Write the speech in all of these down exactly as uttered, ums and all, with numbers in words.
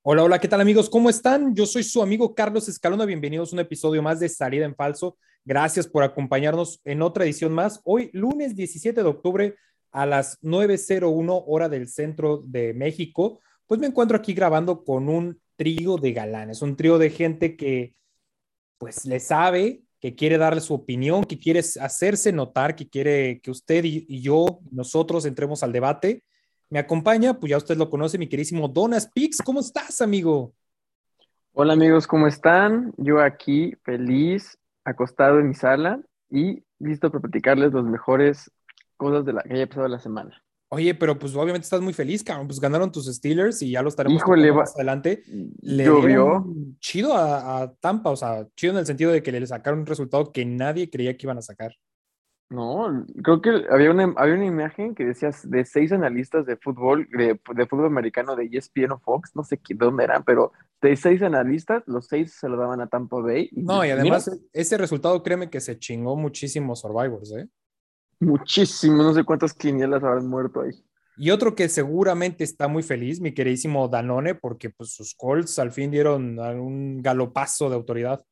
Hola, hola, ¿qué tal amigos? ¿Cómo están? Yo soy su amigo Carlos Escalona. Bienvenidos a un episodio más de Salida en Falso. Gracias por acompañarnos en otra edición más. Hoy, lunes diecisiete de octubre a las nueve cero uno hora del centro de México, pues me encuentro aquí grabando con un trío de galanes, un trío de gente que pues le sabe, que quiere darle su opinión, que quiere hacerse notar, que quiere que usted y, y yo, nosotros entremos al debate. Me acompaña, pues ya usted lo conoce, mi querísimo Donas Pix. ¿Cómo estás, amigo? Hola amigos, ¿cómo están? Yo aquí feliz, acostado en mi sala y listo para platicarles las mejores cosas de la que haya pasado la semana. Oye, pero pues obviamente estás muy feliz, cabrón. Pues ganaron tus Steelers y ya lo estaremos Híjole, tocando va- más adelante. Le llovió, dieron chido a, a Tampa, o sea, chido en el sentido de que le sacaron un resultado que nadie creía que iban a sacar. ¿no? Creo que había una, había una imagen que decía de seis analistas de fútbol, de, de fútbol americano de E S P N o Fox, no sé qué, dónde eran, pero de seis analistas, los seis se lo daban a Tampa Bay y, No, y y mira, además ese resultado, créeme que se chingó muchísimos Survivors, ¿eh? muchísimo, no sé cuántas quinielas habrán muerto ahí. Y otro que seguramente está muy feliz, mi queridísimo Danone, porque pues sus Colts al fin dieron un galopazo de autoridad.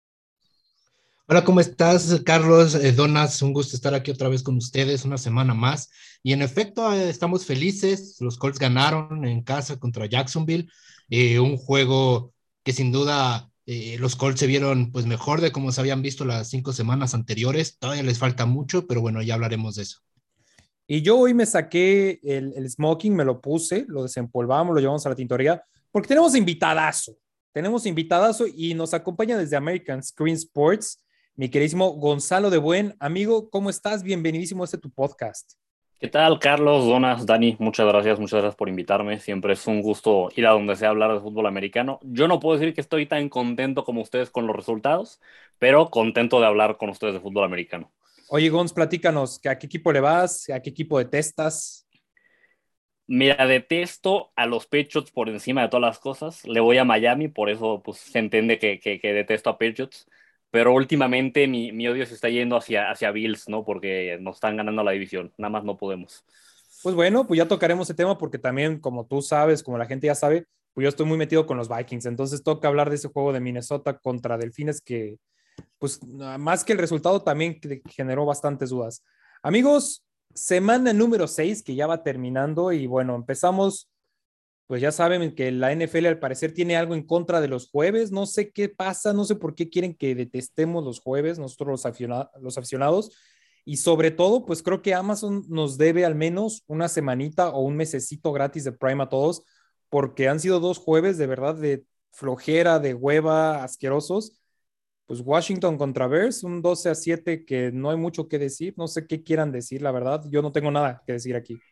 Hola, ¿cómo estás, Carlos? Eh, Donas, un gusto estar aquí otra vez con ustedes, una semana más. Y en efecto, eh, estamos felices. Los Colts ganaron en casa contra Jacksonville, eh, un juego que sin duda eh, los Colts se vieron pues mejor de como se habían visto las cinco semanas anteriores. Todavía les falta mucho, pero bueno, ya hablaremos de eso. Y yo hoy me saqué el, el smoking, me lo puse, lo desempolvamos, lo llevamos a la tintorería, porque tenemos invitadazo. Tenemos invitadazo y nos acompaña desde American Screen Sports, mi queridísimo Gonzalo de Buen. Amigo, ¿cómo estás? Bienvenidísimo a este tu podcast. ¿Qué tal, Carlos, Donas, Dani? Muchas gracias, muchas gracias por invitarme. Siempre es un gusto ir a donde sea a hablar de fútbol americano. Yo no puedo decir que estoy tan contento como ustedes con los resultados, pero contento de hablar con ustedes de fútbol americano. Oye, Gonz, platícanos, ¿a qué equipo le vas? ¿A qué equipo detestas? Mira, detesto a los Patriots por encima de todas las cosas. Le voy a Miami, por eso pues, se entiende que, que, que detesto a Patriots. Pero últimamente mi, mi odio se está yendo hacia, hacia Bills, ¿no? Porque nos están ganando la división. Nada más no podemos. Pues bueno, pues ya tocaremos ese tema porque también, como tú sabes, como la gente ya sabe, pues yo estoy muy metido con los Vikings. Entonces toca hablar de ese juego de Minnesota contra Delfines que, pues más que el resultado, también generó bastantes dudas. Amigos, semana número seis que ya va terminando y bueno, empezamos, pues ya saben que la N F L al parecer tiene algo en contra de los jueves. No sé qué pasa, no sé por qué quieren que detestemos los jueves, nosotros los, aficionados, los aficionados. Y sobre todo, pues creo que Amazon nos debe al menos una semanita o un mesecito gratis de Prime a todos, porque han sido dos jueves de verdad de flojera, de hueva, asquerosos. Pues Washington contra Bears, un doce a siete que no hay mucho que decir, no sé qué quieran decir, la verdad, yo no tengo nada que decir aquí.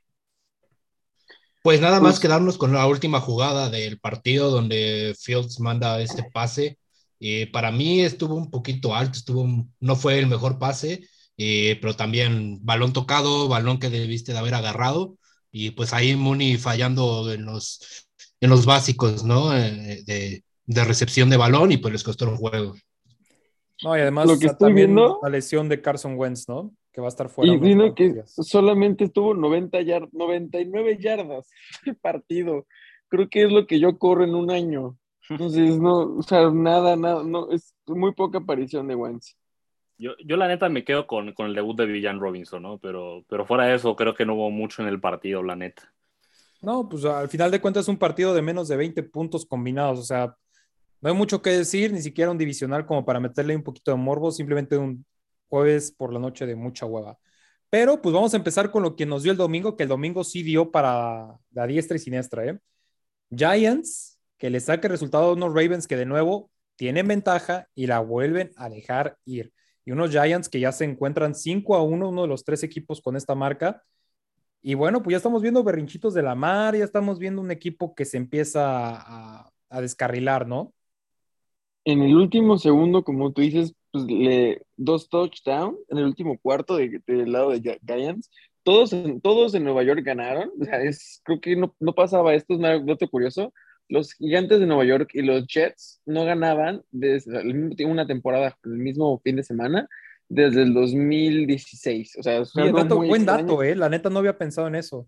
Pues nada más Pues quedarnos con la última jugada del partido donde Fields manda este pase. Eh, para mí estuvo un poquito alto, estuvo, un- no fue el mejor pase, eh, pero también balón tocado, balón que debiste de haber agarrado y pues ahí Mooney fallando en los, en los básicos, ¿no? Eh, de, de recepción de balón y pues les costó el juego. No, y lo además que estoy también viendo. la lesión de Carson Wentz, ¿no? Que va a estar fuera Y unos vino cuantos que días. solamente estuvo noventa yard, noventa y nueve yardas el partido. Creo que es lo que yo corro en un año. Entonces, no, o sea, nada, nada, no, es muy poca aparición de Wentz. Yo, yo la neta me quedo con, con el debut de Villan Robinson, ¿no? Pero, pero fuera de eso, creo que no hubo mucho en el partido, la neta. No, pues al final de cuentas es un partido de menos de veinte puntos combinados, o sea, no hay mucho que decir, ni siquiera un divisional como para meterle un poquito de morbo, simplemente un jueves por la noche de mucha hueva. Pero pues vamos a empezar con lo que nos dio el domingo, que el domingo sí dio para la diestra y siniestra, ¿eh? Giants, que le saque el resultado a unos Ravens que de nuevo tienen ventaja y la vuelven a dejar ir. Y unos Giants que ya se encuentran cinco a uno, uno de los tres equipos con esta marca. Y bueno, pues ya estamos viendo berrinchitos de la mar, ya estamos viendo un equipo que se empieza a, a descarrilar, ¿no? En el último segundo, como tú dices, pues le dos touchdowns en el último cuarto de- del lado de Gi- Giants. Todos en, todos en Nueva York ganaron. O sea, es, creo que no, no pasaba esto, es un dato curioso. Los Gigantes de Nueva York y los Jets no ganaban desde el mismo- una temporada, el mismo fin de semana, desde el dos mil dieciséis. O sea, es Oye, algo dato, muy buen extraño. dato, ¿eh? La neta no había pensado en eso.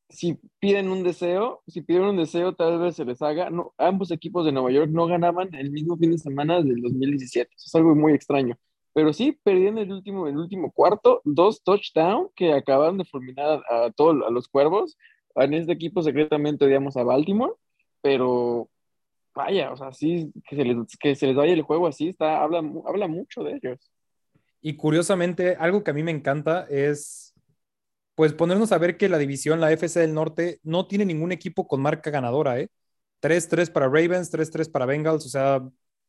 si piden un deseo, si piden un deseo, tal vez se les haga. No, ambos equipos de Nueva York no ganaban el mismo fin de semana del dos mil diecisiete. Eso es algo muy extraño. Pero sí, perdían el último, el último cuarto, dos touchdowns que acabaron de fulminar a, a todos a los Cuervos. En este equipo secretamente odiamos a Baltimore, pero vaya, o sea, sí, que se les, que se les vaya el juego así, está, habla, mu- habla mucho de ellos. Y curiosamente, algo que a mí me encanta es, pues, ponernos a ver que la división, la F C del Norte, no tiene ningún equipo con marca ganadora, ¿eh? tres tres para Ravens, tres tres para Bengals, o sea,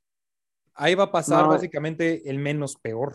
ahí va a pasar No, básicamente el menos peor.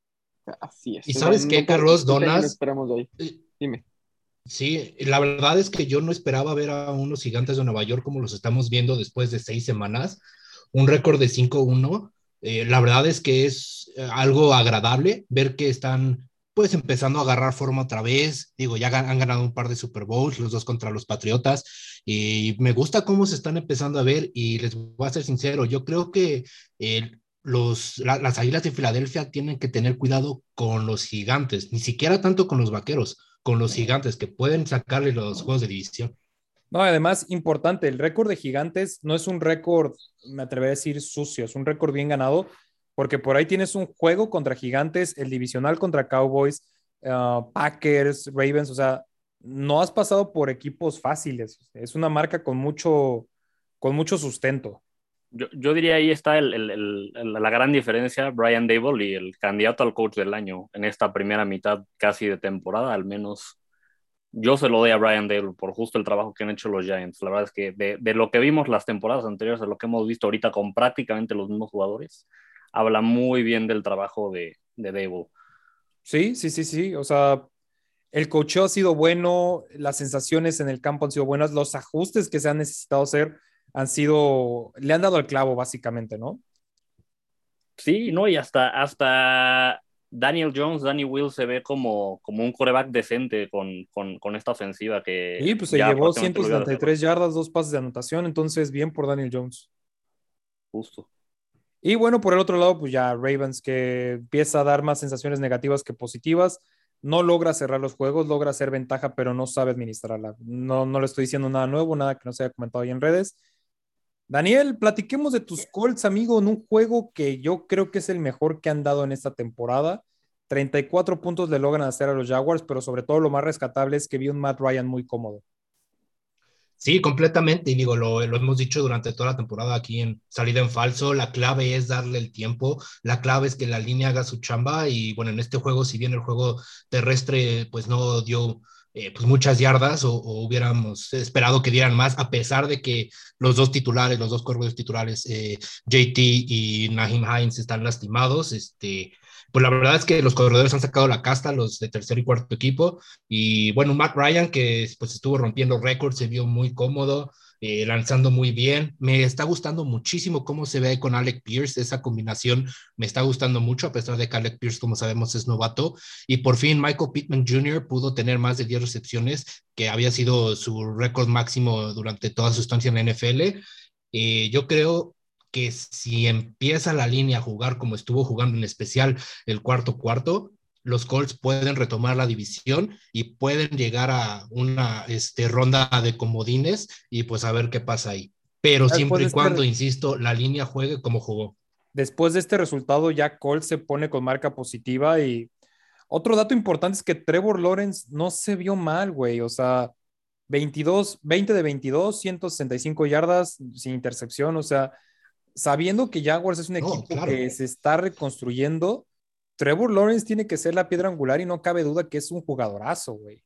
así Y es. O sea, sabes qué, no puede- Carlos este año no Donas. esperamos de ahí. Eh, Dime. Sí, la verdad es que yo no esperaba ver a unos gigantes de Nueva York como los estamos viendo después de seis semanas, un récord de cinco uno. Eh, la verdad es que es eh, algo agradable ver que están pues empezando a agarrar forma otra vez. Digo, ya han ganado un par de Super Bowls, los dos contra los Patriotas, y me gusta cómo se están empezando a ver y les voy a ser sincero, yo creo que eh, los, la, las Águilas de Filadelfia tienen que tener cuidado con los gigantes, ni siquiera tanto con los Vaqueros, con los gigantes que pueden sacarle los juegos de división. No, además, importante, el récord de gigantes no es un récord, me atrevería a decir sucio, es un récord bien ganado, porque por ahí tienes un juego contra gigantes, el divisional contra Cowboys, uh, Packers, Ravens, o sea, no has pasado por equipos fáciles, es una marca con mucho, con mucho sustento. Yo, yo diría ahí está el, el, el, el- la gran diferencia, Brian Dable y el candidato al coach del año en esta primera mitad casi de temporada, al menos yo se lo doy a Brian Dable por justo el trabajo que han hecho los Giants. La verdad es que de, de lo que vimos las temporadas anteriores a lo que hemos visto ahorita con prácticamente los mismos jugadores, habla muy bien del trabajo de, de Dable. Sí, sí, sí, sí, o sea, el coacheo ha sido bueno, las sensaciones en el campo han sido buenas, los ajustes que se han necesitado hacer han sido, le han dado el clavo básicamente, ¿no? Sí, no, y hasta, hasta Daniel Jones, Danny Will se ve como, como un quarterback decente con, con, con esta ofensiva que Y pues se ya llevó prácticamente ciento lo iba a setenta y dejar tres yardas, dos pases de anotación, entonces bien por Daniel Jones. justo. Y bueno, por el otro lado, pues ya Ravens que empieza a dar más sensaciones negativas que positivas, no logra cerrar los juegos, logra hacer ventaja, pero no sabe administrarla. No, no le estoy diciendo nada nuevo, nada que no se haya comentado ahí en redes. Daniel, platiquemos de tus Colts, amigo, en un juego que yo creo que es el mejor que han dado en esta temporada. treinta y cuatro puntos le logran hacer a los Jaguars, pero sobre todo lo más rescatable es que vi un Matt Ryan muy cómodo. Sí, completamente. Y digo, lo, lo hemos dicho durante toda la temporada aquí en Salida en Falso. La clave es darle el tiempo. La clave es que la línea haga su chamba. Y bueno, en este juego, si bien el juego terrestre pues no dio eh, pues muchas yardas o, o, hubiéramos esperado que dieran más, a pesar de que los dos titulares, los dos corredores titulares, eh, J T y Naheem Hines están lastimados, este, pues la verdad es que los corredores han sacado la casta, los de tercer y cuarto equipo. Y bueno, Matt Ryan, que pues estuvo rompiendo récords, se vio muy cómodo, eh, lanzando muy bien. Me está gustando muchísimo cómo se ve con Alec Pierce, esa combinación me está gustando mucho, a pesar de que Alec Pierce, como sabemos, es novato. Y por fin Michael Pittman junior pudo tener más de diez recepciones, que había sido su récord máximo durante toda su estancia en la N F L. Eh, yo creo que si empieza la línea a jugar como estuvo jugando en especial el cuarto cuarto, los Colts pueden retomar la división y pueden llegar a una este, ronda de comodines y pues a ver qué pasa ahí. Pero Después siempre de y este, cuando, insisto, la línea juegue como jugó. después de este resultado, ya Colts se pone con marca positiva. Y otro dato importante es que Trevor Lawrence no se vio mal, güey. O sea, veintidós, veinte de veintidós, ciento sesenta y cinco yardas sin intercepción. O sea, sabiendo que Jaguars es un No, equipo claro. que se está reconstruyendo, Trevor Lawrence tiene que ser la piedra angular y no cabe duda que es un jugadorazo, güey.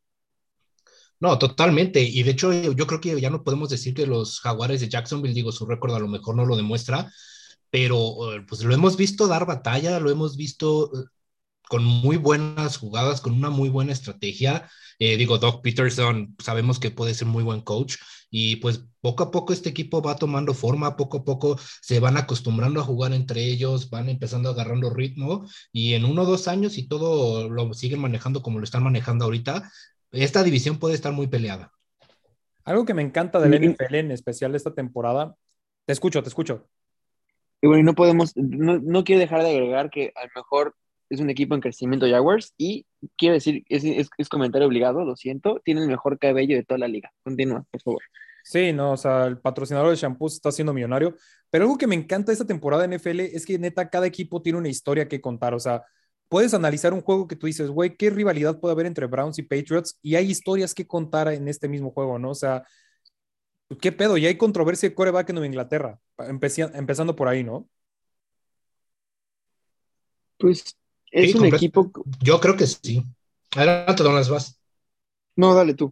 No, totalmente. Y de hecho, yo, yo creo que ya no podemos decir que los Jaguares de Jacksonville, digo, su récord a lo mejor no lo demuestra, pero eh, pues lo hemos visto dar batalla, lo hemos visto eh, con muy buenas jugadas, con una muy buena estrategia. Eh, digo, Doug Peterson, sabemos que puede ser muy buen coach y pues poco a poco este equipo va tomando forma, poco a poco se van acostumbrando a jugar entre ellos, van empezando agarrando ritmo y en uno o dos años, si todo lo siguen manejando como lo están manejando ahorita, esta división puede estar muy peleada. Algo que me encanta del Y, y- N F L, en especial de esta temporada, te escucho, te escucho. y bueno, y no podemos, no, no quiero dejar de agregar que a lo mejor es un equipo en crecimiento Jaguars y quiero decir, es, es, es comentario obligado, lo siento, tiene el mejor cabello de toda la liga. Continúa, por favor. Sí, no, o sea, el patrocinador de shampoos está siendo millonario, pero algo que me encanta de esta temporada de N F L es que neta cada equipo tiene una historia que contar, o sea, puedes analizar un juego que tú dices, güey, ¿qué rivalidad puede haber entre Browns y Patriots? Y hay historias que contar en este mismo juego, ¿no? O sea, ¿qué pedo? Y hay controversia de quarterback en Nueva Inglaterra, empecé- empezando por ahí, ¿no? Pues es Sí, un comple- equipo. yo creo que sí. Adelante, don Las Vas. No, dale tú.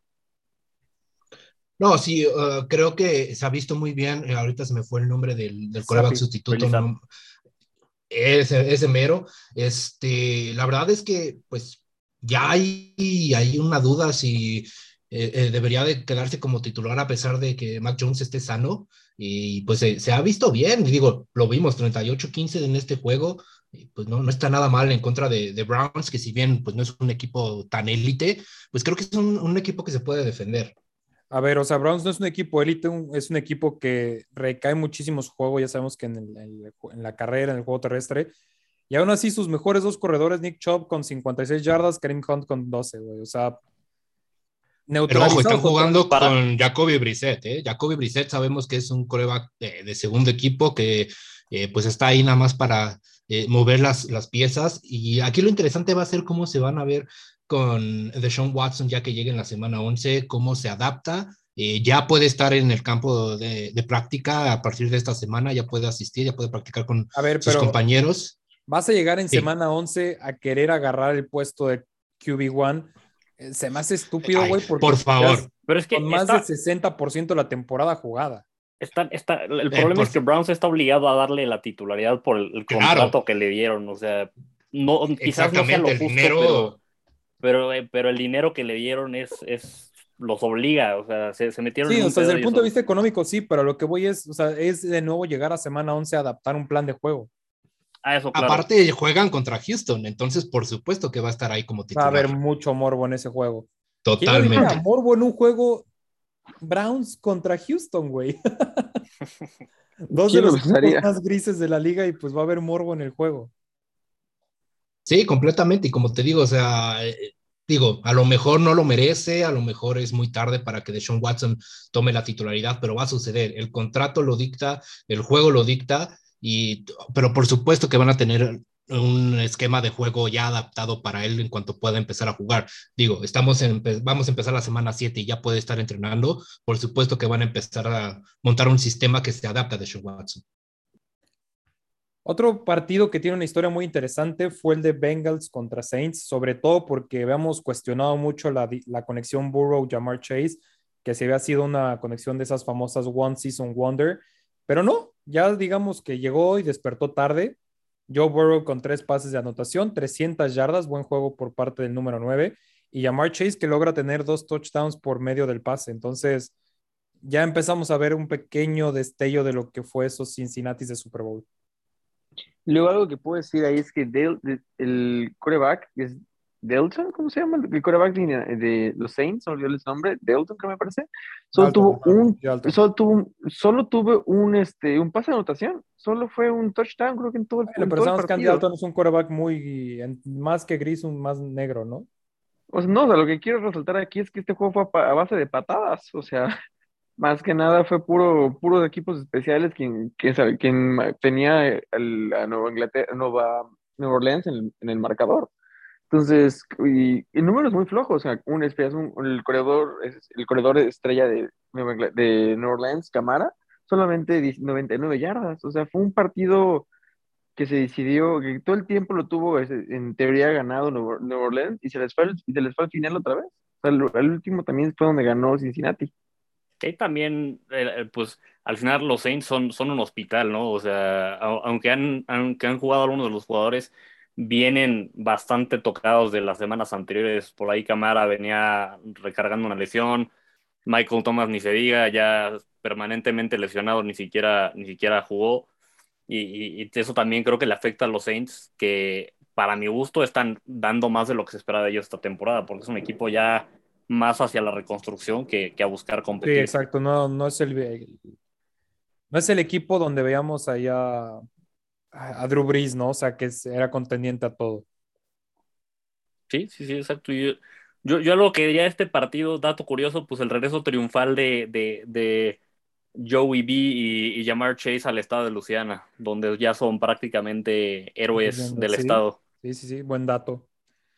No, sí, uh, creo que se ha visto muy bien. eh, ahorita se me fue el nombre del, del coreback Sapi. sustituto, Bailey no, ese, ese mero. Este, la verdad es que, pues, ya hay, hay una duda si eh, eh, debería de quedarse como titular a pesar de que Mac Jones esté sano. Y pues se, se ha visto bien, digo, lo vimos treinta y ocho quince en este juego. Y, pues no, no está nada mal en contra de, de Browns, que si bien pues no es un equipo tan élite, pues creo que es un, un equipo que se puede defender. A ver, o sea, Browns no es un equipo élite, un- es un equipo que recae muchísimos juegos, ya sabemos que en, el- en el- en la carrera, en el juego terrestre, y aún así sus mejores dos corredores, Nick Chubb con cincuenta y seis yardas, Kareem Hunt con doce, güey, o sea, Pero ojo, están neutralizados totalmente. jugando Para, con Jacoby Brissett, ¿eh? Jacoby Brissett sabemos que es un coreback de, de segundo equipo que eh, pues está ahí nada más para eh, mover las, las piezas. Y aquí lo interesante va a ser cómo se van a ver con Deshaun Watson ya que llegue en la semana once, cómo se adapta. Eh, ya puede estar en el campo de, de práctica a partir de esta semana, ya puede asistir, ya puede practicar con A ver, sus pero compañeros. vas a llegar en Sí. semana once a querer agarrar el puesto de Q B uno. Eh, Se me hace estúpido, Ay, güey, porque por pues, ya favor. es pero es que con más de está, sesenta por ciento de la temporada jugada. está, está, el Eh, problema por, es que Browns está obligado a darle la titularidad por el, el claro, contrato que le dieron. O sea, no, quizás no sea exactamente, lo el justo, pero, dinero. pero, eh, pero el dinero que le dieron es, es los obliga. O sea, se, se metieron Sí, en o un sea, desde pedo el y punto de eso. vista económico, sí, pero lo que voy es, o sea, es de nuevo llegar a semana once a adaptar un plan de juego. Ah, eso, claro. Aparte, juegan contra Houston, entonces por supuesto que va a estar ahí como Va a haber titular. mucho morbo en ese juego. ¿Quién lo diría? Totalmente. Morbo en un juego Browns contra Houston, güey. Dos de ¿Quién lo los equipos pensaría? más grises de la liga y pues va a haber morbo en el juego. Sí, completamente. Y como te digo, o sea, eh, digo, a lo mejor no lo merece, a lo mejor es muy tarde para que Deshaun Watson tome la titularidad, pero va a suceder. El contrato lo dicta, el juego lo dicta, y, pero por supuesto que van a tener un esquema de juego ya adaptado para él en cuanto pueda empezar a jugar. Digo, estamos en, vamos a empezar la semana siete y ya puede estar entrenando. Por supuesto que van a empezar a montar un sistema que se adapta a Deshaun Watson. Otro partido que tiene una historia muy interesante fue el de Bengals contra Saints, sobre todo porque habíamos cuestionado mucho la, la conexión Burrow-Jamar Chase, que se había sido una conexión de esas famosas One Season Wonder, pero no, ya digamos que llegó y despertó tarde. Joe Burrow con tres pases de anotación, trescientas yardas, buen juego por parte del número nueve, y Jamar Chase que logra tener dos touchdowns por medio del pase. Entonces, ya empezamos a ver un pequeño destello de lo que fue esos Cincinnati de Super Bowl. Luego algo que puedo decir ahí es que Dale- de- el quarterback es Delton, ¿cómo se llama? El quarterback de, de los Saints, se me olvidó el nombre, Delton, que me parece. Solo Dalton, tuvo ajá, un, Dalton. solo tuvo, un- solo tuvo un, este, un pase de anotación. Solo fue un touchdown, creo que en todo el, Bueno, en pero todo el sabemos que Andy partido. Dalton es un quarterback muy, en- más que gris, un más negro, ¿no? O sea, no, o sea, lo que quiero resaltar aquí es que este juego fue a, pa- a base de patadas. O sea, más que nada fue puro, puros equipos especiales quien, quien, sabe- quien ma- tenía el- a Nueva Inglaterra, Nueva, Nueva Orleans en el, en el marcador. Entonces, y, y números muy flojos, o sea, un, espera, es un- el corredor, es- el corredor estrella de Nueva, Ingla- de New Orleans, Camara, solamente diez- noventa y nueve yardas, o sea, fue un partido que se decidió, que todo el tiempo lo tuvo, es- en teoría ganado Nueva, Nueva Orleans, y se les fue, al- y se les fue al final otra vez, o sea, el, el último también fue donde ganó Cincinnati. Que ahí también, eh, eh, pues al final los Saints son, son un hospital, ¿no? O sea, au- aunque han, aunque han jugado algunos de los jugadores, vienen bastante tocados de las semanas anteriores. Por ahí Camara venía recargando una lesión. Michael Thomas ni se diga, ya permanentemente lesionado, ni siquiera, ni siquiera jugó. Y, y- y eso también creo que le afecta a los Saints, que para mi gusto están dando más de lo que se espera de ellos esta temporada, porque es un equipo ya más hacia la reconstrucción que, que a buscar Sí, competir. exacto. No, no es el, no es el equipo donde veíamos allá a a, a Drew Brees, ¿no? O sea, que era contendiente a todo. Sí, sí, sí, exacto. Yo, yo, yo algo que diría de este partido, dato curioso, pues el regreso triunfal de, de, de Joey B y, y Jamar Chase al estado de Luisiana, donde ya son prácticamente héroes Leyenda, del sí, estado. sí, sí, sí, buen dato.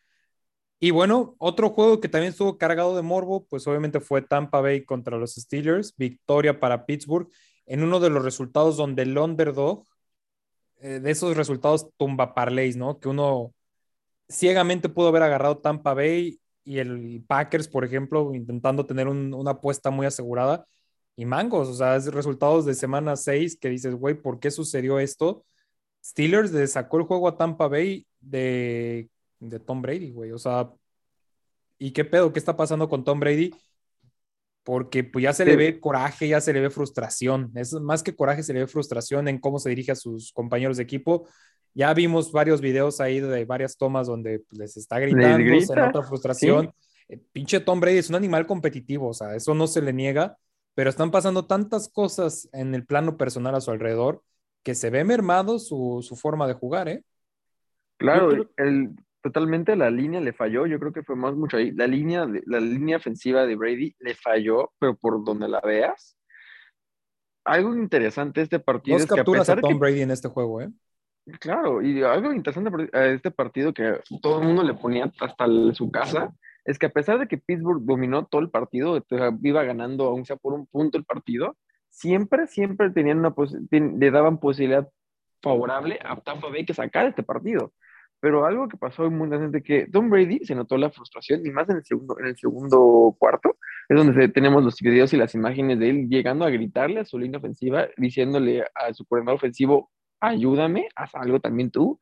Y bueno, otro juego que también estuvo cargado de morbo, pues obviamente fue Tampa Bay contra los Steelers, victoria para Pittsburgh, en uno de los resultados donde el underdog, eh, de esos resultados tumba parlays, ¿no? Que uno ciegamente pudo haber agarrado Tampa Bay y el Packers, por ejemplo, intentando tener un, una apuesta muy asegurada. Y mangos, o sea, es resultados de semana seis que dices, güey, ¿por qué sucedió esto? Steelers le sacó el juego a Tampa Bay de, de Tom Brady, güey. O sea, ¿y qué pedo? ¿Qué está pasando con Tom Brady? Porque pues ya se le Sí, ve coraje, ya se le ve frustración. Es más que coraje, se le ve frustración en cómo se dirige a sus compañeros de equipo. Ya vimos varios videos ahí de varias tomas donde pues, les está les gritando, se grita, nota ¿sí? frustración. Eh, pinche Tom Brady es un animal competitivo, o sea, eso no se le niega, pero están pasando tantas cosas en el plano personal a su alrededor que se ve mermado su, su forma de jugar, ¿eh? Yo Claro, creo, el, totalmente la línea le falló, yo creo que fue más mucho ahí. La línea, de- la línea ofensiva de Brady le falló, pero por donde la veas. Algo interesante de este partido Dos es que a capturas a pesar de Tom que, Brady en este juego, ¿eh? claro, y algo interesante por- a este partido que todo el mundo le ponía hasta el- su casa, es que a pesar de que Pittsburgh dominó todo el partido, o sea, iba ganando, aunque sea por un punto el partido, siempre, siempre tenían una posi- ten- le daban posibilidad favorable a Tampa Bay que sacar este partido. Pero algo que pasó muy interesante que Tom Brady se notó la frustración, y más en el segundo, en el segundo cuarto, es donde se- tenemos los videos y las imágenes de él llegando a gritarle a su línea ofensiva, diciéndole a su coordinador ofensivo, ayúdame, haz algo también tú.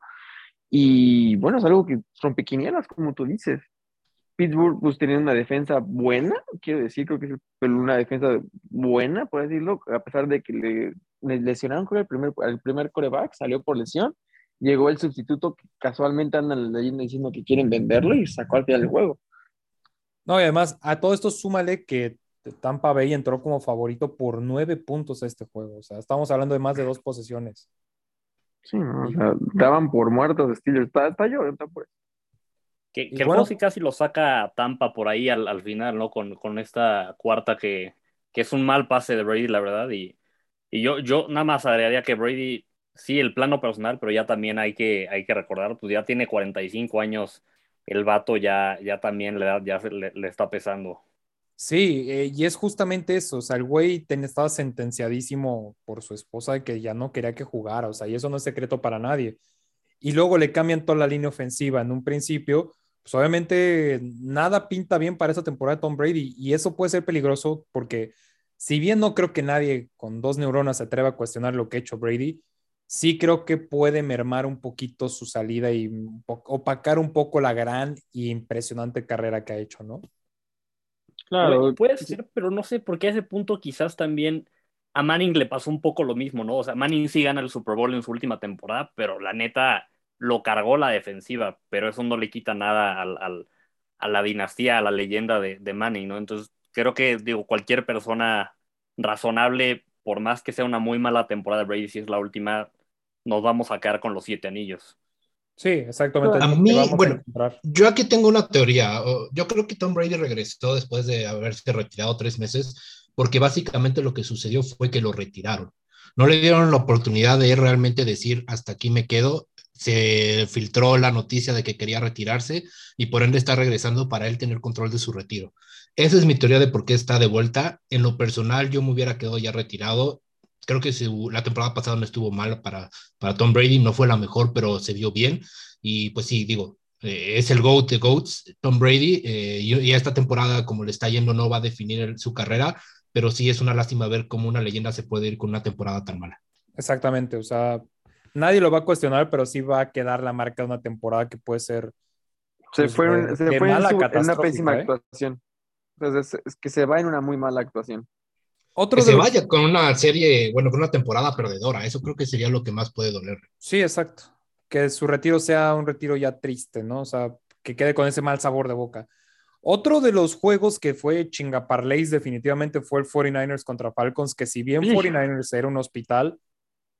Y bueno, es algo que rompe quinielas, como tú dices. Pittsburgh, pues tenía una defensa buena, quiero decir, creo que es una defensa buena, por decirlo, a pesar de que le, le lesionaron con el primer, el primer coreback, salió por lesión, llegó el sustituto que casualmente andan leyendo diciendo que quieren venderlo y sacó al final el juego. No, y además a todo esto súmale que Tampa Bay entró como favorito por nueve puntos a este juego. O sea, estamos hablando de más de dos posesiones. Sí, ¿no? O Y, sea, daban por muertos de Steelers, está, está yo, está pues. que, y que el juego sí bueno, casi lo saca Tampa por ahí al, al final, ¿no? Con, con esta cuarta que, que es un mal pase de Brady, la verdad. Y, y yo, yo nada más agregaría que Brady, sí, el plano personal, pero ya también hay que, hay que recordar, pues ya tiene cuarenta y cinco años, el vato ya, ya también la edad ya se le, le está pesando. sí, eh, y es justamente eso. O sea, el güey ten- estaba sentenciadísimo por su esposa de que ya no quería que jugara. O sea, y eso no es secreto para nadie. Y luego le cambian toda la línea ofensiva en un principio. Pues obviamente nada pinta bien para esa temporada de Tom Brady y eso puede ser peligroso porque si bien no creo que nadie con dos neuronas se atreva a cuestionar lo que ha hecho Brady, sí creo que puede mermar un poquito su salida y un po- opacar un poco la gran y impresionante carrera que ha hecho, ¿no? Puede, Claro, puede ser, pero no sé por qué a ese punto quizás también a Manning le pasó un poco lo mismo, ¿no? O sea, Manning sí gana el Super Bowl en su última temporada, pero la neta lo cargó la defensiva, pero eso no le quita nada al, al- a la dinastía, a la leyenda de, de Manning, ¿no? Entonces, creo que, digo, cualquier persona razonable, por más que sea una muy mala temporada de Brady, si es la última, nos vamos a quedar con los siete anillos. Sí, exactamente, es A lo que mí, vamos a bueno, encontrar. yo aquí tengo una teoría. O- Yo creo que Tom Brady regresó después de haberse retirado tres meses, porque básicamente lo que sucedió fue que lo retiraron. No le dieron la oportunidad de él realmente decir, hasta aquí me quedo. Se filtró la noticia de que quería retirarse y por ende está regresando para él tener control de su retiro. Esa es mi teoría de por qué está de vuelta. En lo personal, yo me hubiera quedado ya retirado. Creo que su- la temporada pasada no estuvo mal para, para Tom Brady, no fue la mejor, pero se vio bien y pues sí, digo, eh, es el GOAT de GOATs, Tom Brady, eh, y, y, esta temporada, como le está yendo, no va a definir el, su carrera, pero sí es una lástima ver cómo una leyenda se puede ir con una temporada tan mala. Exactamente, o sea, nadie lo va a cuestionar, pero sí va a quedar la marca de una temporada que puede ser se pues fue, en- de, se de fue en, mala su, en una pésima catastrófica, ¿eh? actuación. Entonces, es, es que se va en una muy mala actuación. Que Otro de se los, vaya con una serie, bueno, con una temporada perdedora, eso creo que sería lo que más puede doler. sí, exacto, que su retiro sea un retiro ya triste, ¿no? O sea, que quede con ese mal sabor de boca. Otro de los juegos que fue chingaparlays definitivamente fue el cuarenta y nueve ers contra Falcons, que si bien Y cuarenta y nueve ers era un hospital,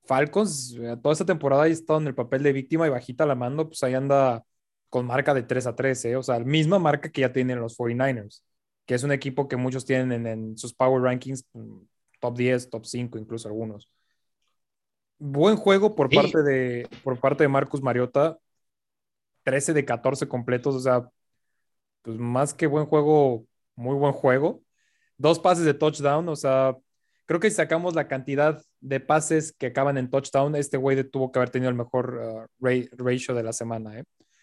Falcons, eh, toda esta temporada ha estado en el papel de víctima y bajita la mano, pues ahí anda con marca de tres a tres, ¿eh? O sea, la misma marca que ya tienen los cuarenta y nueve ers, que es un equipo que muchos tienen en, en sus Power Rankings, mm, top diez, top cinco, incluso algunos. Buen juego por Sí, parte de, por parte de Marcus Mariota, trece de catorce completos, o sea, pues más que buen juego, muy buen juego. Dos pases de touchdown, o sea, creo que si sacamos la cantidad de pases que acaban en touchdown, este güey tuvo que haber tenido el mejor uh, ratio de la semana, ¿eh?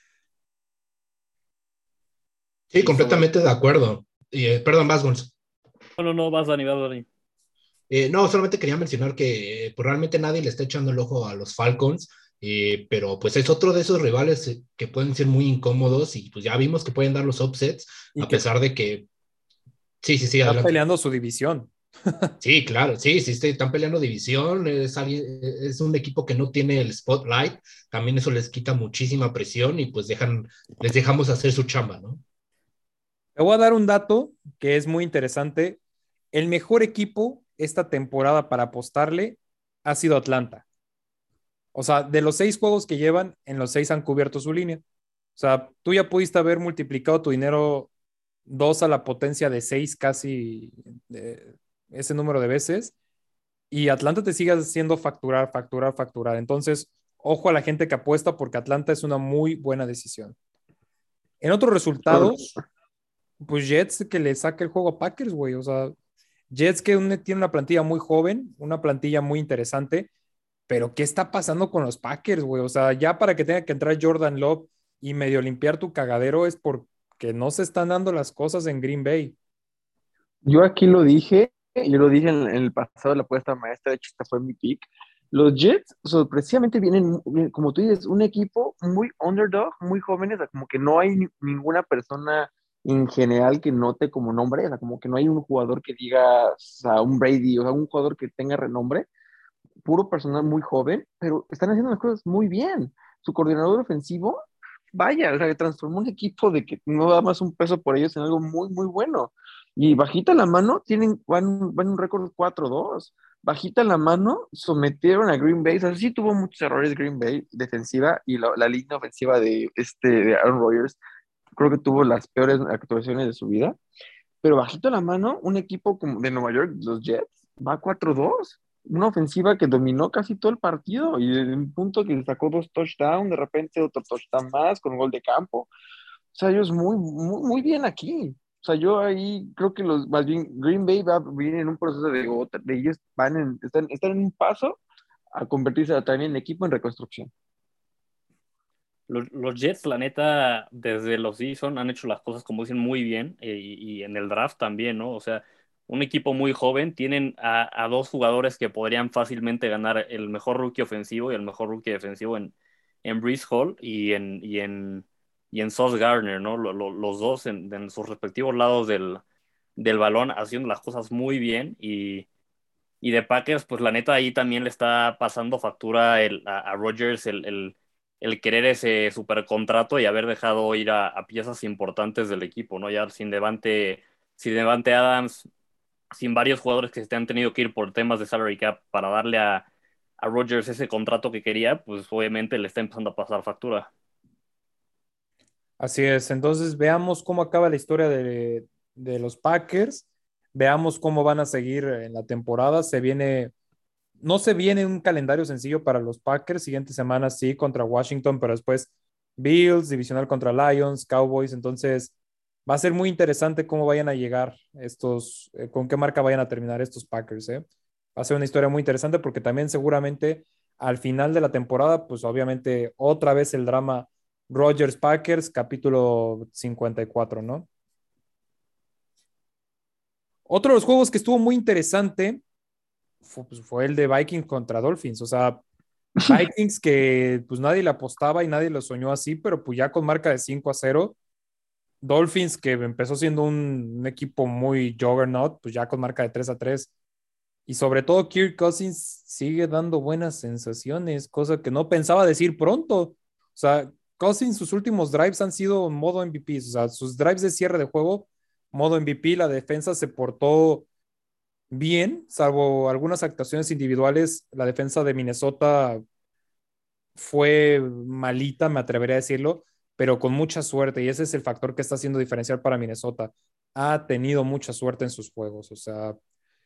sí, Y sobre... completamente de acuerdo. Y, eh, perdón, vas, Gonz. No, no, no, vas, Dani, vas, Dani. Eh, no, solamente quería mencionar que eh, pues realmente nadie le está echando el ojo a los Falcons, eh, pero pues es otro de esos rivales eh, que pueden ser muy incómodos y pues ya vimos que pueden dar los upsets, Y a que pesar de que, sí, sí, sí, está adelante. peleando su división. Sí, claro, sí, sí, sí, están peleando división, es, alguien, es un equipo que no tiene el spotlight, también eso les quita muchísima presión y pues dejan, les dejamos hacer su chamba, ¿no? Te voy a dar un dato que es muy interesante. El mejor equipo esta temporada para apostarle ha sido Atlanta. O sea, de los seis juegos que llevan, en los seis han cubierto su línea. O sea, tú ya pudiste haber multiplicado tu dinero dos a la potencia de seis casi de ese número de veces y Atlanta te sigue haciendo facturar, facturar, facturar. Entonces, ojo a la gente que apuesta porque Atlanta es una muy buena decisión. En otros resultados, pues Jets que le saca el juego a Packers, güey. O sea, Jets que une, tiene una plantilla muy joven, una plantilla muy interesante, pero ¿qué está pasando con los Packers, güey? O sea, ya para que tenga que entrar Jordan Love y medio limpiar tu cagadero es porque no se están dando las cosas en Green Bay. Yo aquí lo dije, yo lo dije en, en el pasado de la apuesta maestra, de hecho esta fue mi pick. Los Jets sorpresivamente vienen, vienen, como tú dices, un equipo muy underdog, muy jóvenes, o sea, como que no hay ni- ninguna persona en general que note como nombre, o sea, como que no hay un jugador que diga, o sea, un Brady, o sea, un jugador que tenga renombre, puro personal muy joven, pero están haciendo las cosas muy bien. Su coordinador ofensivo, vaya, o sea, transformó un equipo de que no da más un peso por ellos en algo muy, muy bueno. Y bajita la mano, tienen, van, van un récord cuatro dos. Bajita la mano, sometieron a Green Bay. O sea, sí tuvo muchos errores Green Bay defensiva y la, la línea ofensiva de, este, de Aaron Rodgers. Creo que tuvo las peores actuaciones de su vida. Pero bajito la mano, un equipo como de Nueva York, los Jets, va cuatro dos. Una ofensiva que dominó casi todo el partido y en un punto que sacó dos touchdowns, de repente otro touchdown más con un gol de campo. O sea, ellos muy, muy, muy bien aquí. O sea, yo ahí creo que los, más bien Green Bay va bien en un proceso de, otra- de ellos van en, están, están en un paso a convertirse también en equipo en reconstrucción. Los, los Jets, la neta, desde los season han hecho las cosas como dicen muy bien eh, y, y en el draft también, ¿no? O sea, un equipo muy joven, tienen a, a dos jugadores que podrían fácilmente ganar el mejor rookie ofensivo y el mejor rookie defensivo en, en Breece Hall y en, y en, y en Sauce Gardner, ¿no? Lo- lo- los dos en, en sus respectivos lados del, del balón haciendo las cosas muy bien y, y de Packers, pues la neta ahí también le está pasando factura el, a, a Rodgers el, el, el querer ese supercontrato y haber dejado ir a, a piezas importantes del equipo, ¿no? Ya sin Devante, sin Devante Adams, sin varios jugadores que se han tenido que ir por temas de salary cap para darle a, a Rodgers ese contrato que quería, pues obviamente le está empezando a pasar factura. Así es, entonces veamos cómo acaba la historia de, de los Packers, veamos cómo van a seguir en la temporada. Se viene, no se viene un calendario sencillo para los Packers, siguiente semana sí contra Washington, pero después Bills, divisional contra Lions, Cowboys, entonces va a ser muy interesante cómo vayan a llegar estos, eh, con qué marca vayan a terminar estos Packers, ¿eh? Va a ser una historia muy interesante porque también seguramente al final de la temporada, pues obviamente otra vez el drama Rogers Packers, capítulo cincuenta y cuatro, ¿no? Otro de los juegos que estuvo muy interesante fue, pues, fue el de Vikings contra Dolphins. O sea, Vikings que pues nadie le apostaba y nadie lo soñó así, pero pues ya con marca de cinco a cero. Dolphins que empezó siendo un, un equipo muy juggernaut, pues ya con marca de tres a tres. Y sobre todo Kirk Cousins sigue dando buenas sensaciones, cosa que no pensaba decir pronto. O sea, Cousins sus últimos drives han sido modo M V Ps, o sea, sus drives de cierre de juego, modo M V P, la defensa se portó bien, salvo algunas actuaciones individuales, la defensa de Minnesota fue malita, me atrevería a decirlo, pero con mucha suerte, y ese es el factor que está haciendo diferencial para Minnesota. Ha tenido mucha suerte en sus juegos, o sea,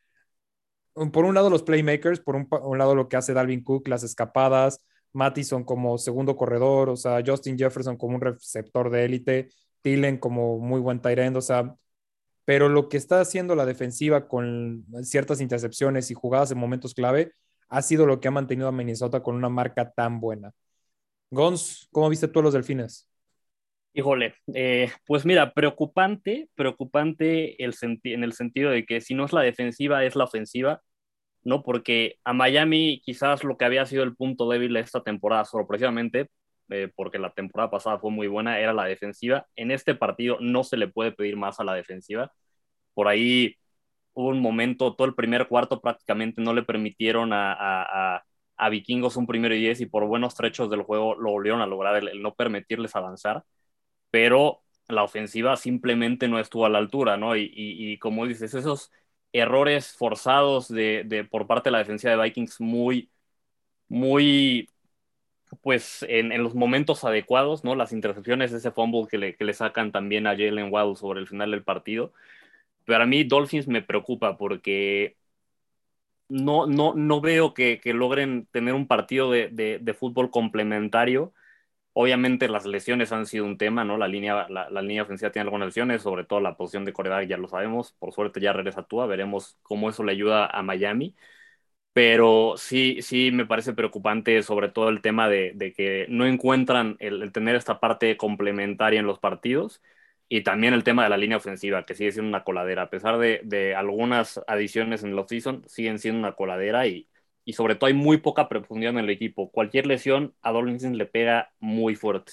por un lado los playmakers, por un, un lado lo que hace Dalvin Cook, las escapadas, Mattison como segundo corredor, o sea, Justin Jefferson como un receptor de élite, Thielen como muy buen tight end, o sea, pero lo que está haciendo la defensiva con ciertas intercepciones y jugadas en momentos clave ha sido lo que ha mantenido a Minnesota con una marca tan buena. Gons, ¿cómo viste tú a los Delfines? Híjole, eh, pues mira, preocupante, preocupante el senti- en el sentido de que si no es la defensiva, es la ofensiva, ¿no? Porque a Miami quizás lo que había sido el punto débil de esta temporada, sorpresivamente, eh, porque la temporada pasada fue muy buena, era la defensiva. En este partido no se le puede pedir más a la defensiva. Por ahí hubo un momento, todo el primer cuarto prácticamente no le permitieron a, a, a, a Vikingos un primero y diez y por buenos trechos del juego lo volvieron a lograr, el, el no permitirles avanzar, pero la ofensiva simplemente no estuvo a la altura, ¿no? Y, y, y como dices, esos errores forzados de, de, por parte de la defensiva de Vikings muy, muy, pues en, en los momentos adecuados, ¿no? Las intercepciones, ese fumble que le, que le sacan también a Jalen Waddle sobre el final del partido. Pero a mí Dolphins me preocupa porque no, no, no veo que, que logren tener un partido de, de, de fútbol complementario. Obviamente las lesiones han sido un tema, ¿no? La línea, la, la línea ofensiva tiene algunas lesiones, sobre todo la posición de quarterback, ya lo sabemos. Por suerte ya regresa Tua, veremos cómo eso le ayuda a Miami. Pero sí, sí me parece preocupante sobre todo el tema de, de que no encuentran el, el tener esta parte complementaria en los partidos y también el tema de la línea ofensiva, que sigue siendo una coladera. A pesar de, de algunas adiciones en el offseason, siguen siendo una coladera y, y sobre todo hay muy poca profundidad en el equipo. Cualquier lesión a Dolphins le pega muy fuerte.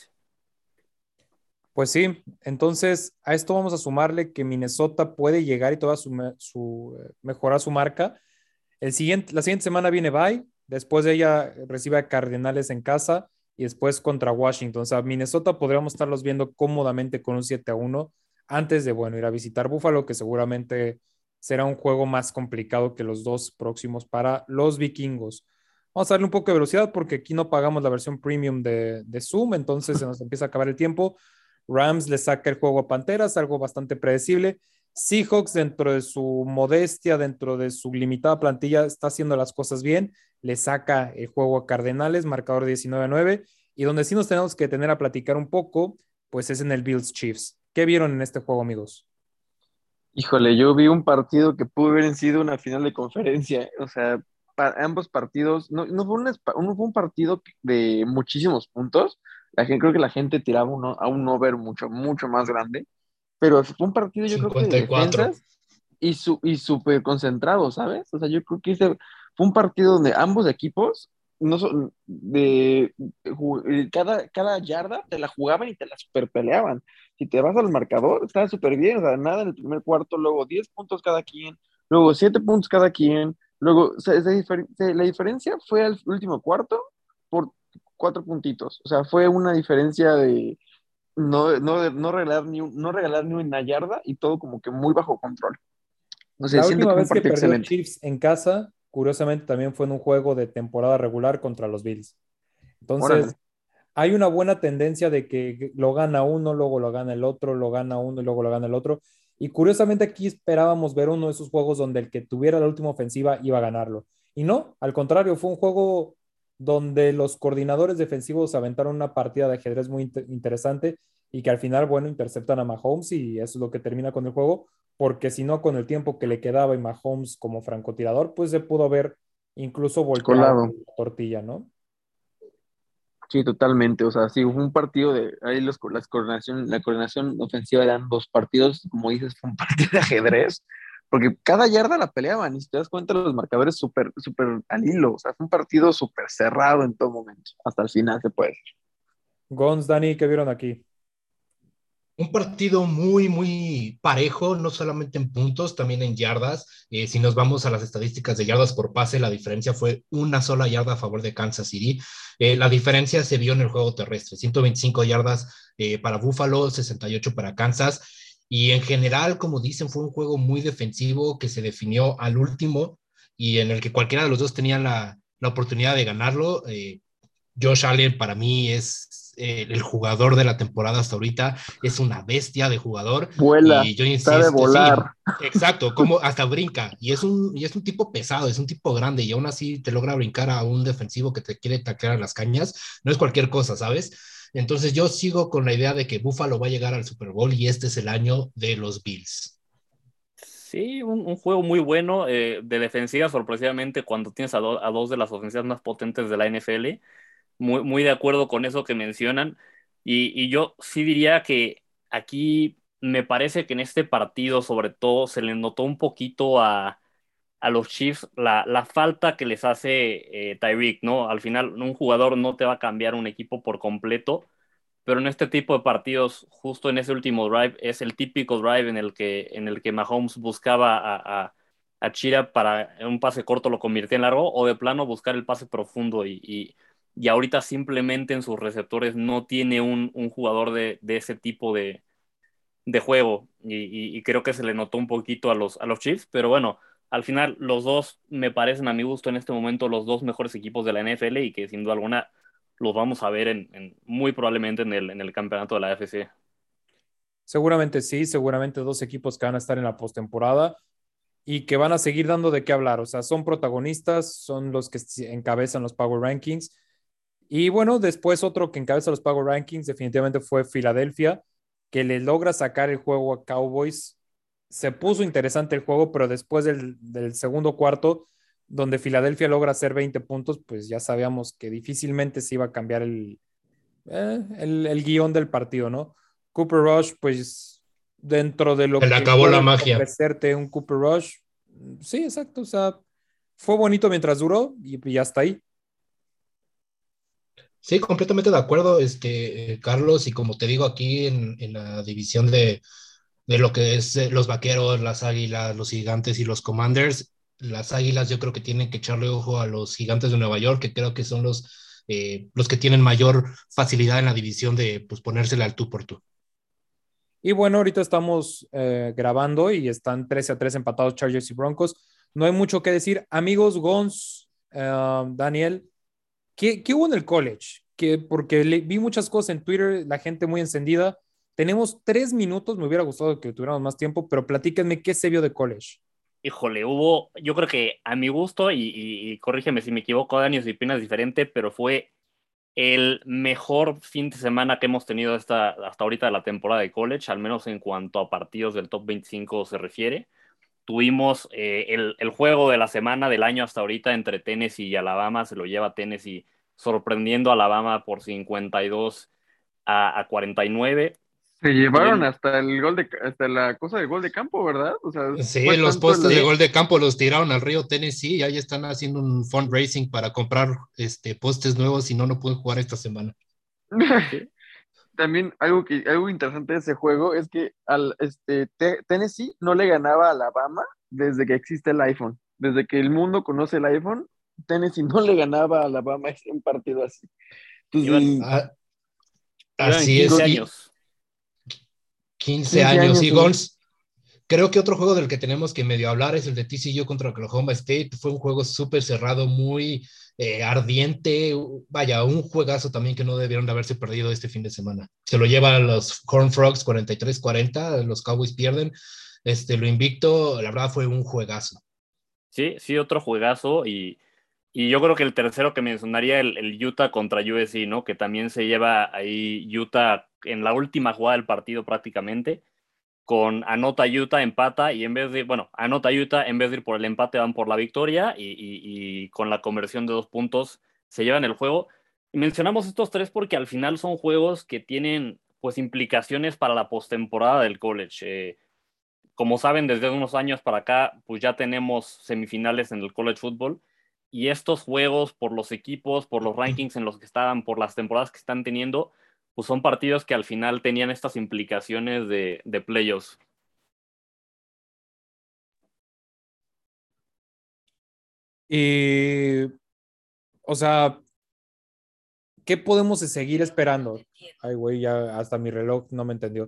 Pues sí, entonces a esto vamos a sumarle que Minnesota puede llegar y toda su, su mejorar su marca. El siguiente, la siguiente semana viene bye, después de ella recibe a Cardenales en casa y después contra Washington. O sea, Minnesota podríamos estarlos viendo cómodamente con un siete a uno antes de, bueno, ir a visitar Buffalo, que seguramente será un juego más complicado que los dos próximos para los vikingos. Vamos a darle un poco de velocidad porque aquí no pagamos la versión premium de, de Zoom, entonces se nos empieza a acabar el tiempo. Rams le saca el juego a Panteras, algo bastante predecible. Seahawks, dentro de su modestia, dentro de su limitada plantilla, está haciendo las cosas bien. Le saca el juego a Cardenales, marcador diecinueve a nueve. Y donde sí nos tenemos que tener a platicar un poco, pues es en el Bills Chiefs. ¿Qué vieron en este juego, amigos? Híjole, yo vi un partido que pudo haber sido una final de conferencia. O sea, pa- ambos partidos, no, no fue un, espa- no fue un partido de muchísimos puntos. La gente, creo que la gente tiraba uno, a un over mucho, mucho más grande. Pero fue un partido, yo creo que de cincuenta y cuatro. defensas y, su, y súper concentrado, ¿sabes? O sea, yo creo que ese fue un partido donde ambos equipos, no son, de, de- cada, cada yarda te la jugaban y te la super peleaban. Si te vas al marcador, estaba súper bien, o sea, nada en el primer cuarto, luego diez puntos cada quien, luego siete puntos cada quien, luego, o sea, esa difer- la diferencia fue al último cuarto por cuatro puntitos, o sea, fue una diferencia de no, no, no regalar ni un- no regalar ni una yarda y todo como que muy bajo control. No sé, La siento última que fue un vez que partido perdió excelente. Chiefs en casa, curiosamente también fue en un juego de temporada regular contra los Bills. Entonces, Órale. hay una buena tendencia de que lo gana uno, luego lo gana el otro, lo gana uno y luego lo gana el otro. Y curiosamente aquí esperábamos ver uno de esos juegos donde el que tuviera la última ofensiva iba a ganarlo. Y no, al contrario, fue un juego donde los coordinadores defensivos aventaron una partida de ajedrez muy inter- interesante y que al final, bueno, interceptan a Mahomes y eso es lo que termina con el juego, porque si no, con el tiempo que le quedaba y Mahomes como francotirador, pues se pudo haber incluso volteado Colado. la tortilla, ¿no? Sí, totalmente. O sea, sí, fue un partido de ahí los, las coordinación, la coordinación ofensiva de ambos partidos, como dices, fue un partido de ajedrez, porque cada yarda la peleaban y si te das cuenta, los marcadores súper, súper al hilo. O sea, fue un partido súper cerrado en todo momento, hasta el final se puede decir. Gons, Dani, ¿qué vieron aquí? Un partido muy, muy parejo, no solamente en puntos, también en yardas. Eh, si nos vamos a las estadísticas de yardas por pase, la diferencia fue una sola yarda a favor de Kansas City. Eh, la diferencia se vio en el juego terrestre, ciento veinticinco yardas eh, para Buffalo, sesenta y ocho para Kansas. Y en general, como dicen, fue un juego muy defensivo que se definió al último y en el que cualquiera de los dos tenía la, la oportunidad de ganarlo. Eh, Josh Allen para mí es eh, el jugador de la temporada hasta ahorita, es una bestia de jugador Vuela, y yo sabe insisto, sí, volar. exacto, como hasta brinca y es un, y es un tipo pesado, es un tipo grande y aún así te logra brincar a un defensivo que te quiere taclear a las cañas, no es cualquier cosa, ¿sabes? Entonces yo sigo con la idea de que Buffalo va a llegar al Super Bowl y este es el año de los Bills. Sí, un, un juego muy bueno eh, de defensiva, sorpresivamente, cuando tienes a, do- a dos de las ofensivas más potentes de la N F L. Muy, muy de acuerdo con eso que mencionan. Y, y yo sí diría que aquí me parece que en este partido, sobre todo, se le notó un poquito a, a los Chiefs la, la falta que les hace eh, Tyreek, ¿no? Al final, un jugador no te va a cambiar un equipo por completo, pero en este tipo de partidos, justo en ese último drive, es el típico drive en el que, en el que Mahomes buscaba a, a, a Chira para un pase corto lo convirtió en largo, o de plano buscar el pase profundo y, y, y ahorita simplemente en sus receptores no tiene un, un jugador de, de, ese tipo de, de juego y, y, y, creo que se le notó un poquito a los, a los Chiefs, pero bueno, al final los dos me parecen a mi gusto en este momento los dos mejores equipos de la N F L y que sin duda alguna los vamos a ver en, en, muy probablemente en el, en el campeonato de la A F C. Seguramente sí, seguramente dos equipos que van a estar en la postemporada y que van a seguir dando de qué hablar. O sea, son protagonistas, son los que encabezan los Power Rankings. Y bueno, después otro que encabeza los Power Rankings definitivamente fue Filadelfia, que le logra sacar el juego a Cowboys. Se puso interesante el juego, pero después del, del segundo cuarto, donde Filadelfia logra hacer veinte puntos, pues ya sabíamos que difícilmente se iba a cambiar el, eh, el, el guión del partido, ¿no? Cooper Rush, pues dentro de Se lo le que acabó la puede magia. ofrecerte un Cooper Rush, sí, exacto, o sea, fue bonito mientras duró y, y hasta ahí. Sí, completamente de acuerdo, este, eh, Carlos, y como te digo aquí en, en la división de, de lo que es eh, los vaqueros, las águilas, los gigantes y los commanders, las águilas yo creo que tienen que echarle ojo a los gigantes de Nueva York, que creo que son los, eh, los que tienen mayor facilidad en la división de pues, ponérsela al tú por tú. Y bueno, ahorita estamos eh, grabando y están trece a tres empatados Chargers y Broncos. No hay mucho que decir. Amigos, Gons, uh, Daniel, ¿qué, ¿qué, hubo en el college? Que, porque le, vi muchas cosas en Twitter, la gente muy encendida. Tenemos tres minutos, me hubiera gustado que tuviéramos más tiempo, pero platíquenme qué se vio de college. Híjole, hubo, yo creo que a mi gusto, y, y, y corrígeme si me equivoco, Dani, si opinas diferente, pero fue el mejor fin de semana que hemos tenido hasta, hasta ahorita de la temporada de college, al menos en cuanto a partidos del top veinticinco se refiere. Tuvimos eh, el, el, juego de la semana del año hasta ahorita entre Tennessee y Alabama, se lo lleva Tennessee sorprendiendo a Alabama por cincuenta y dos a, a cuarenta y nueve. Se llevaron Tuvimos, hasta el gol de, hasta la cosa del gol de campo, ¿verdad? O sea, Sí, fue los tanto postes de el... gol de campo los tiraron al río Tennessee y ahí están haciendo un fundraising para comprar este, postes nuevos y no, no pueden jugar esta semana. ¿sí? También algo que algo interesante de ese juego es que al este Te- Tennessee no le ganaba a Alabama desde que existe el iPhone. Desde que el mundo conoce el iPhone, Tennessee no le ganaba a Alabama en un partido así. Iban, Entonces, Ah, iban así es, quince y años. quince quince años. años, Y sí. Gons, creo que otro juego del que tenemos que medio hablar es el de T C U contra Oklahoma State. Fue un juego súper cerrado, muy eh, ardiente. Vaya, un juegazo también que no debieron de haberse perdido este fin de semana. Se lo llevan los Corn Frogs cuarenta y tres cuarenta, los Cowboys pierden. Este, lo invicto, la verdad fue un juegazo. Sí, sí, otro juegazo. Y, y yo creo que el tercero que mencionaría, el, el Utah contra U S C, ¿no? Que también se lleva ahí Utah en la última jugada del partido prácticamente. Con anota Utah, empata y en vez de, bueno, anota Utah, en vez de ir por el empate van por la victoria y, y, y con la conversión de dos puntos se llevan el juego. Y mencionamos estos tres porque al final son juegos que tienen pues implicaciones para la postemporada del college. Eh, como saben, desde unos años para acá, pues ya tenemos semifinales en el college football y estos juegos por los equipos, por los rankings en los que estaban, por las temporadas que están teniendo, pues son partidos que al final tenían estas implicaciones de, de playoffs. Y, o sea, ¿qué podemos seguir esperando? Ay, güey, ya hasta mi reloj no me entendió.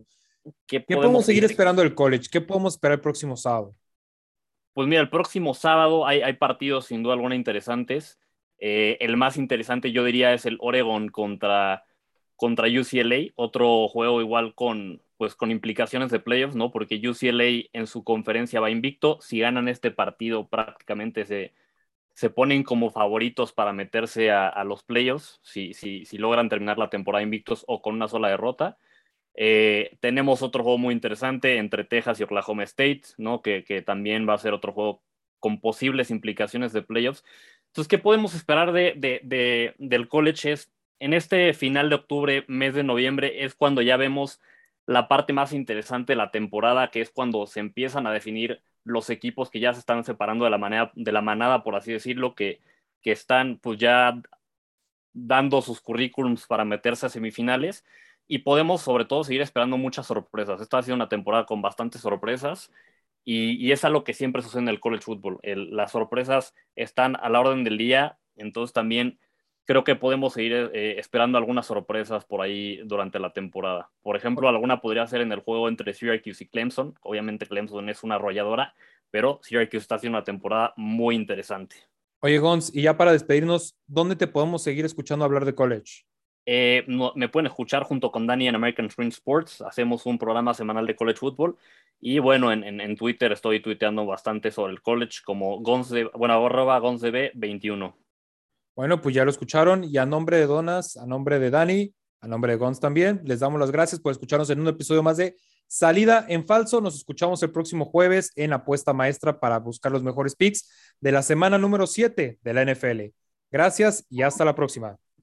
¿Qué ¿Qué podemos podemos seguir seguir? esperando del college? ¿Qué podemos esperar el próximo sábado? Pues mira, el próximo sábado hay, hay partidos sin duda alguna interesantes. Eh, el más interesante yo diría es el Oregon contra, contra U C L A, otro juego igual con, pues, con implicaciones de playoffs, ¿no? Porque U C L A en su conferencia va invicto. Si ganan este partido prácticamente se, se ponen como favoritos para meterse a, a los playoffs, si, si, si logran terminar la temporada invictos o con una sola derrota. Eh, tenemos otro juego muy interesante entre Texas y Oklahoma State, ¿no? Que, que también va a ser otro juego con posibles implicaciones de playoffs. Entonces, ¿qué podemos esperar de, de, de, del college? Es en este final de octubre, mes de noviembre, es cuando ya vemos la parte más interesante de la temporada, que es cuando se empiezan a definir los equipos que ya se están separando de la, manera, de la manada, por así decirlo, que, que están pues ya dando sus currículums para meterse a semifinales y podemos sobre todo seguir esperando muchas sorpresas. Esta ha sido una temporada con bastantes sorpresas y, y es algo que siempre sucede en el college football. El, las sorpresas están a la orden del día, entonces también creo que podemos seguir eh, esperando algunas sorpresas por ahí durante la temporada. Por ejemplo, alguna podría ser en el juego entre Syracuse y Clemson. Obviamente Clemson es una arrolladora, pero Syracuse está haciendo una temporada muy interesante. Oye, Gons, y ya para despedirnos, ¿dónde te podemos seguir escuchando hablar de college? Eh, no, me pueden escuchar junto con Dani en American Spring Sports. Hacemos un programa semanal de college football. Y bueno, en, en, en Twitter estoy tuiteando bastante sobre el college como Gonzde, bueno, arroba Gonzeb veintiuno. Bueno, pues ya lo escucharon. Y a nombre de Donas, a nombre de Dani, a nombre de Gons también, les damos las gracias por escucharnos en un episodio más de Salida en Falso. Nos escuchamos el próximo jueves en Apuesta Maestra para buscar los mejores picks de la semana número siete de la N F L. Gracias y hasta la próxima.